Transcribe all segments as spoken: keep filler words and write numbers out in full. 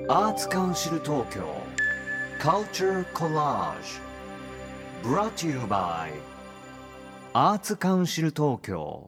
Arts Council Tokyo Culture Collage Brought to you by Arts Council Tokyo。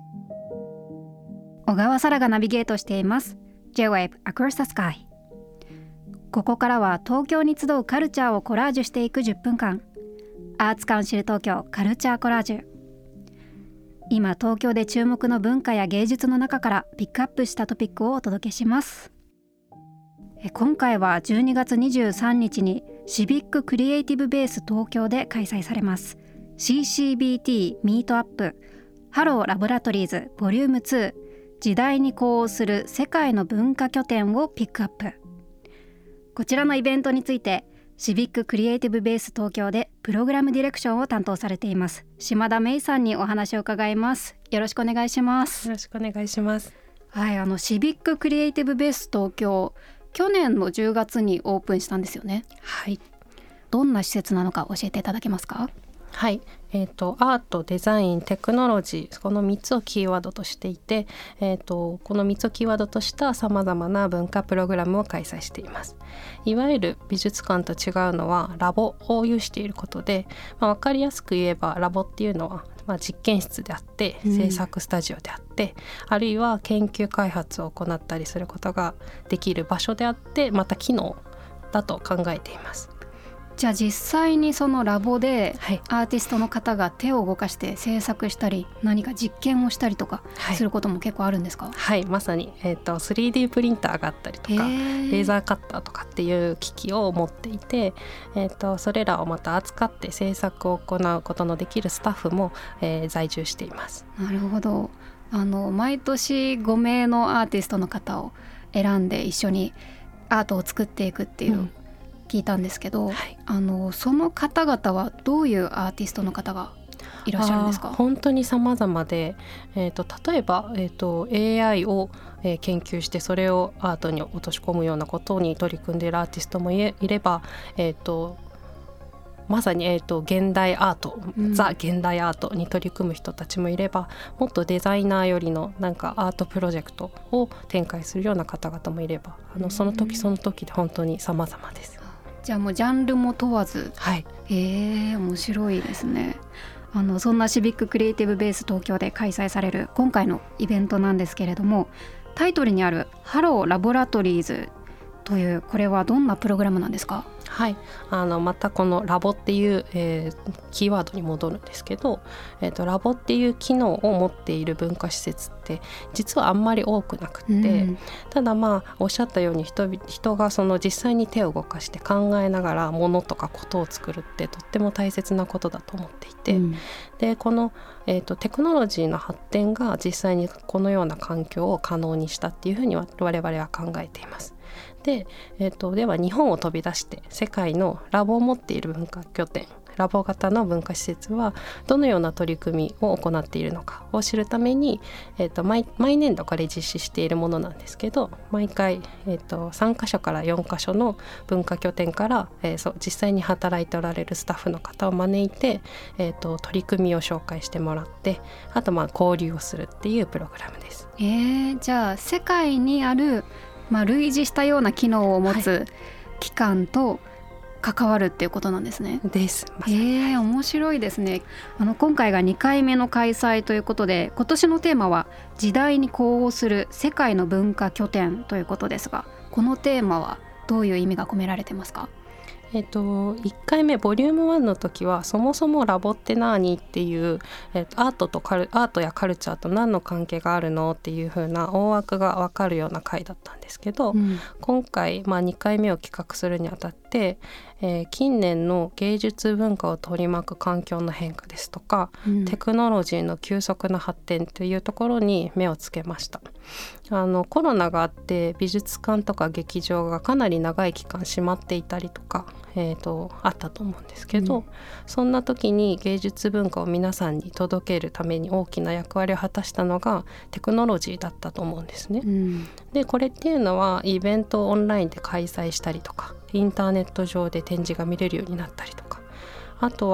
小川沙羅がナビゲートしています J-Wave Across the Sky。 ここからは東京に集うカルチャーをコラージュしていくじゅっぷんかん、アーツカウンシル東京カルチャーコラージュ。今東京で注目の文化や芸術の中からピックアップしたトピックをお届けします。今回はじゅうにがつにじゅうさんにちにシビッククリエイティブベース東京で開催されます シーシービーティー ミートアップハローラボラトリーズボリュームツー時代に呼応する世界の文化拠点をピックアップ。こちらのイベントについてシビッククリエイティブベース東京でプログラムディレクションを担当されています島田芽衣さんにお話を伺います。よろしくお願いします。 よろしくお願いします。 はい、あのシビッククリエイティブベース東京、去年のじゅうがつにオープンしたんですよね。 はい、 どんな施設なのか教えていただけますか？ はい、えーと、アート、デザイン、テクノロジー、このみっつをキーワードとしていて、えーと、このみっつをキーワードとしたさまざまな文化プログラムを開催しています。いわゆる美術館と違うのはラボを有していることで、まあ、分かりやすく言えばラボっていうのはまあ、実験室であって制作スタジオであって、うん、あるいは研究開発を行ったりすることができる場所であって、また機能だと考えています。 じゃあ実際にそのラボでアーティストの方が手を動かして制作したり何か実験をしたりとかすることも結構あるんですか？ はい、はい、まさに、えーと、スリーディー プリンターがあったりとかレーザーカッターとかっていう機器を持っていて、えーと、それらをまた扱って制作を行うことのできるスタッフも、えー、在住しています。 なるほど。あの毎年ごめいのアーティストの方を選んで一緒にアートを作っていくっていう、うん聞いたんですけど、はい、あのその方々はどういうアーティストの方がいらっしゃるんですか？ 本当に様々で、えーと、例えば、えーと、エーアイ を、えー、研究してそれをアートに落とし込むようなことに取り組んでいるアーティストも い, いれば、えーとまさに、えーと、現代アート、うん、ザ現代アートに取り組む人たちもいれば、もっとデザイナーよりのなんかアートプロジェクトを展開するような方々もいれば、あのその時その時で本当に様々です。 じゃあもうジャンルも問わず、 はい、 えー、面白いですね。あのそんなシビッククリエイティブベース東京で開催される今回のイベントなんですけれども、タイトルにあるハローラボラトリーズというこれはどんなプログラムなんですか？ はい、あのまたこのラボっていう、えー、キーワードに戻るんですけど、えーと、ラボっていう機能を持っている文化施設って実はあんまり多くなくって、うん、ただまあおっしゃったように 人, 人がその実際に手を動かして考えながらものとかことを作るってとっても大切なことだと思っていて、うん、でこの、えーと、テクノロジーの発展が実際にこのような環境を可能にしたっていうふうに我々は考えています。で、えーと、では日本を飛び出して世界のラボを持っている文化拠点、ラボ型の文化施設はどのような取り組みを行っているのかを知るために、えーと、毎, 毎年度から実施しているものなんですけど、毎回、えーと、さんかしょからよんかしょの文化拠点から、えー、そう実際に働いておられるスタッフの方を招いて、えーと、取り組みを紹介してもらって、あとまあ交流をするっていうプログラムです。 えー、じゃあ世界にあるまあ、類似したような機能を持つ機関と関わるっていうことなんですね。 です。 えー、面白いですね。あの今回がにかいめの開催ということで、今年のテーマは時代に呼応する世界の文化拠点ということですが、このテーマはどういう意味が込められてますか？ えっと、いっかいめボリュームワンの時はそもそもラボって何っていう、えっと、アートとカルアートやカルチャーと何の関係があるのっていう風な大枠が分かるような回だったんですけど、うん、今回、まあ、にかいめを企画するにあたって、えー、近年の芸術文化を取り巻く環境の変化ですとか、うん、テクノロジーの急速な発展というところに目をつけました。あのコロナがあって美術館とか劇場がかなり長い期間閉まっていたりとか、えーと、あったと思うんですけど、うん、そんな時に芸術文化を皆さんに届けるために大きな役割を果たしたのがテクノロジーだったと思うんですね、うん、でこれっていうのはイベントをオンラインで開催したりとかインターネット上で展示が見れるようになったりとか、あとは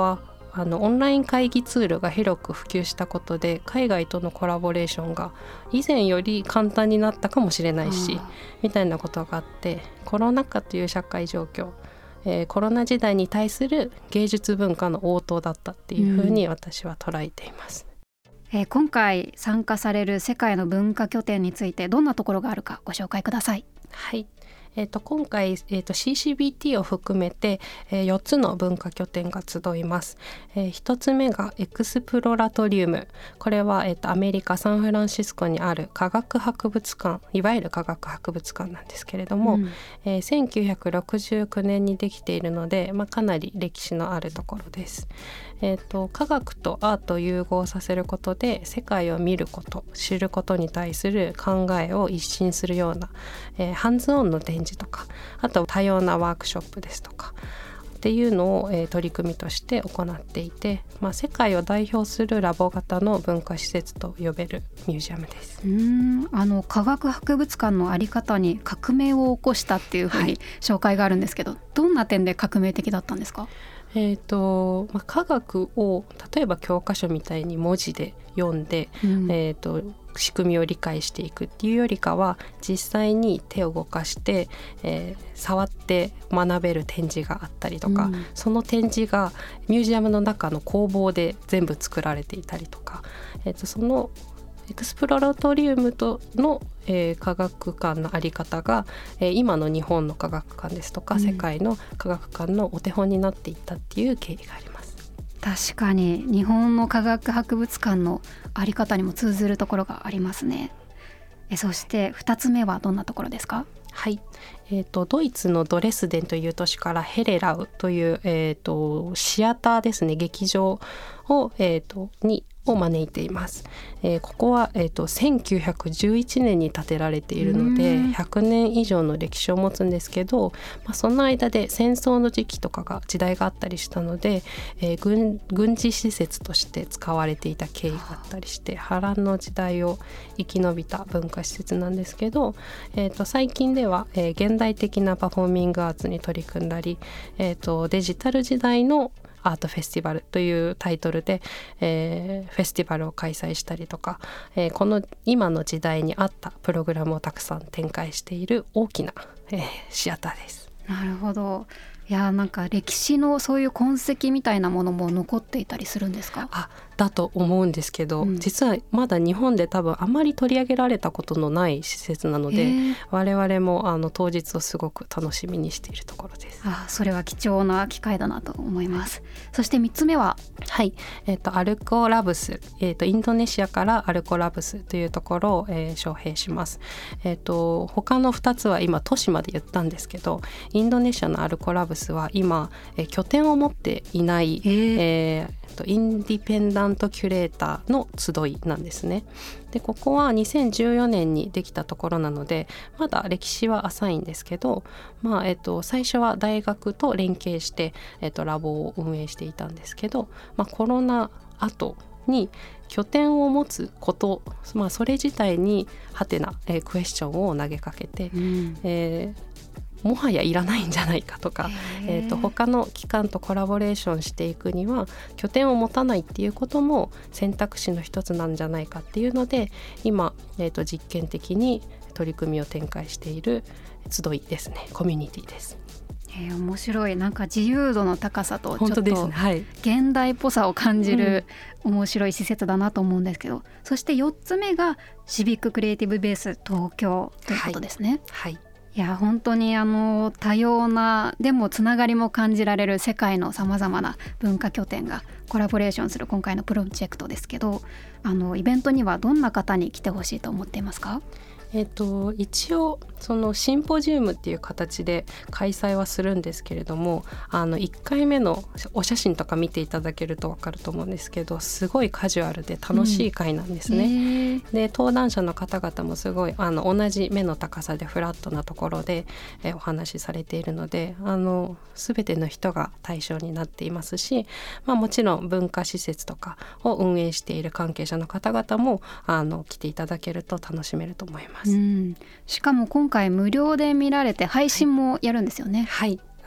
あのオンライン会議ツールが広く普及したことで海外とのコラボレーションが以前より簡単になったかもしれないしみたいなことがあって、コロナ禍という社会状況、えー、コロナ時代に対する芸術文化の応答だったっていうふうに私は捉えています、 うんえー、今回参加される世界の文化拠点についてどんなところがあるかご紹介ください。 はい、えー、と今回、えー、と シーシービーティー を含めて、えー、よっつの文化拠点が集います、えー、ひとつめがエクスプロラトリウム。これは、えー、とアメリカ・サンフランシスコにある科学博物館、いわゆる科学博物館なんですけれども、うんえー、せんきゅうひゃくろくじゅうきゅうねんにできているので、まあ、かなり歴史のあるところです。えー、と科学とアートを融合させることで世界を見ること、知ることに対する考えを一新するような、えー、ハンズオンの展示とか、あと多様なワークショップですとかっていうのを、えー、取り組みとして行っていて、まあ、世界を代表するラボ型の文化施設と呼べるミュージアムです。 うーんあの科学博物館のあり方に革命を起こしたっていうふうに紹介があるんですけど、はい、どんな点で革命的だったんですか？ えーとまあ、科学を例えば教科書みたいに文字で読んで、うんえーと仕組みを理解していくっていうよりかは、実際に手を動かして、えー、触って学べる展示があったりとか、うん、その展示がミュージアムの中の工房で全部作られていたりとか、えーとそのエクスプロラトリウムとの、えー、科学館のあり方が、えー、今の日本の科学館ですとか、うん、世界の科学館のお手本になっていったっていう経緯があります。 確かに日本の科学博物館のあり方にも通ずるところがありますね。えそしてふたつめはどんなところですか？ はい、えーと、ドイツのドレスデンという都市からヘレラウという、えーと、シアターですね、劇場を、えーと、にを招いています、えー、ここは、えーと、せんきゅうひゃくじゅういちねんに建てられているのでひゃくねん以上の歴史を持つんですけど、まあ、その間で戦争の時期とかが時代があったりしたので、えー、軍, 軍事施設として使われていた経緯があったりして波乱の時代を生き延びた文化施設なんですけど、えーと、最近では、えー、現代的なパフォーミングアーツに取り組んだり、えーと、デジタル時代のアートフェスティバルというタイトルで、えー、フェスティバルを開催したりとか、えー、この今の時代に合ったプログラムをたくさん展開している大きな、えー、シアターです。 なるほど。いやなんか歴史のそういう痕跡みたいなものも残っていたりするんですか？ あだと思うんですけど、うん、実はまだ日本で多分あまり取り上げられたことのない施設なので、我々もあの当日をすごく楽しみにしているところです。 あそれは貴重な機会だなと思います。そしてみっつめは、 はい、えーと、アルコラブス、えーと、インドネシアからアルコラブスというところを、えー、招聘します。えーと、他のふたつは今都市まで言ったんですけど、インドネシアのアルコラブスは今、えー、拠点を持っていない、えーえーインディペンダントキュレーターの集いなんですね。でここはにせんじゅうよねんにできたところなのでまだ歴史は浅いんですけど、まあえっと、最初は大学と連携して、えっと、ラボを運営していたんですけど、まあ、コロナ後に拠点を持つこと、まあ、それ自体にハテナ、えー、クエスチョンを投げかけて、うんえーもはやいらないんじゃないかとか、えーと、他の機関とコラボレーションしていくには拠点を持たないっていうことも選択肢の一つなんじゃないかっていうので今、えーと、実験的に取り組みを展開している集いですね、コミュニティです。 えー、面白い。なんか自由度の高さとちょっとはい、 現代っぽさを感じる面白い施設だなと思うんですけど、うん、そしてよっつめがシビッククリエイティブベース東京ということですね。 はい、はいいや本当にあの多様なでもつながりも感じられる世界のさまざまな文化拠点がコラボレーションする今回のプロジェクトですけど、あのイベントにはどんな方に来てほしいと思っていますか？ えーと、一応そのシンポジウムっていう形で開催はするんですけれども、あのいっかいめのお写真とか見ていただけると分かると思うんですけど、すごいカジュアルで楽しい会なんですね、うん、で登壇者の方々もすごいあの同じ目の高さでフラットなところで、えお話しされているので、あの全ての人が対象になっていますし、まあ、もちろん文化施設とかを運営している関係者の方々もあの来ていただけると楽しめると思います。 うん、しかも今回無料で見られて配信もやるんですよね。 はい、はい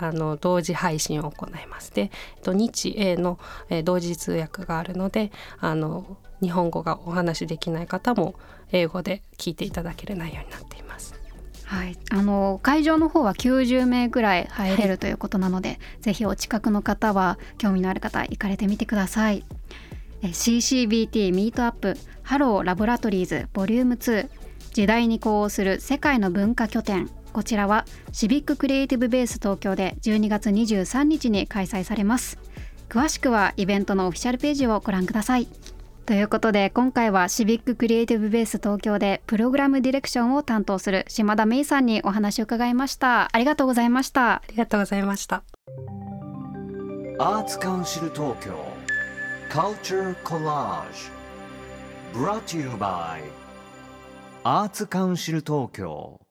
あの同時配信を行います。で、えっと、日英の、えー、同時通訳があるので、あの日本語がお話しできない方も英語で聞いていただける内容になっています。 はい、あの会場の方はきゅうじゅうめいぐらい入れるということなので、はい、ぜひお近くの方は興味のある方行かれてみてください。 シーシービーティー ミートアップハローラボラトリーズボリュームツー時代に呼応する世界の文化拠点、こちらはシビッククリエイティブベース東京でじゅうにがつにじゅうさんにちに開催されます。詳しくはイベントのオフィシャルページをご覧ください。ということで、今回はシビッククリエイティブベース東京でプログラムディレクションを担当する島田芽衣さんにお話を伺いました。ありがとうございました。 ありがとうございました。 アーツカウンシル東京 Culture Collage Brought to you by アーツカウンシル東京。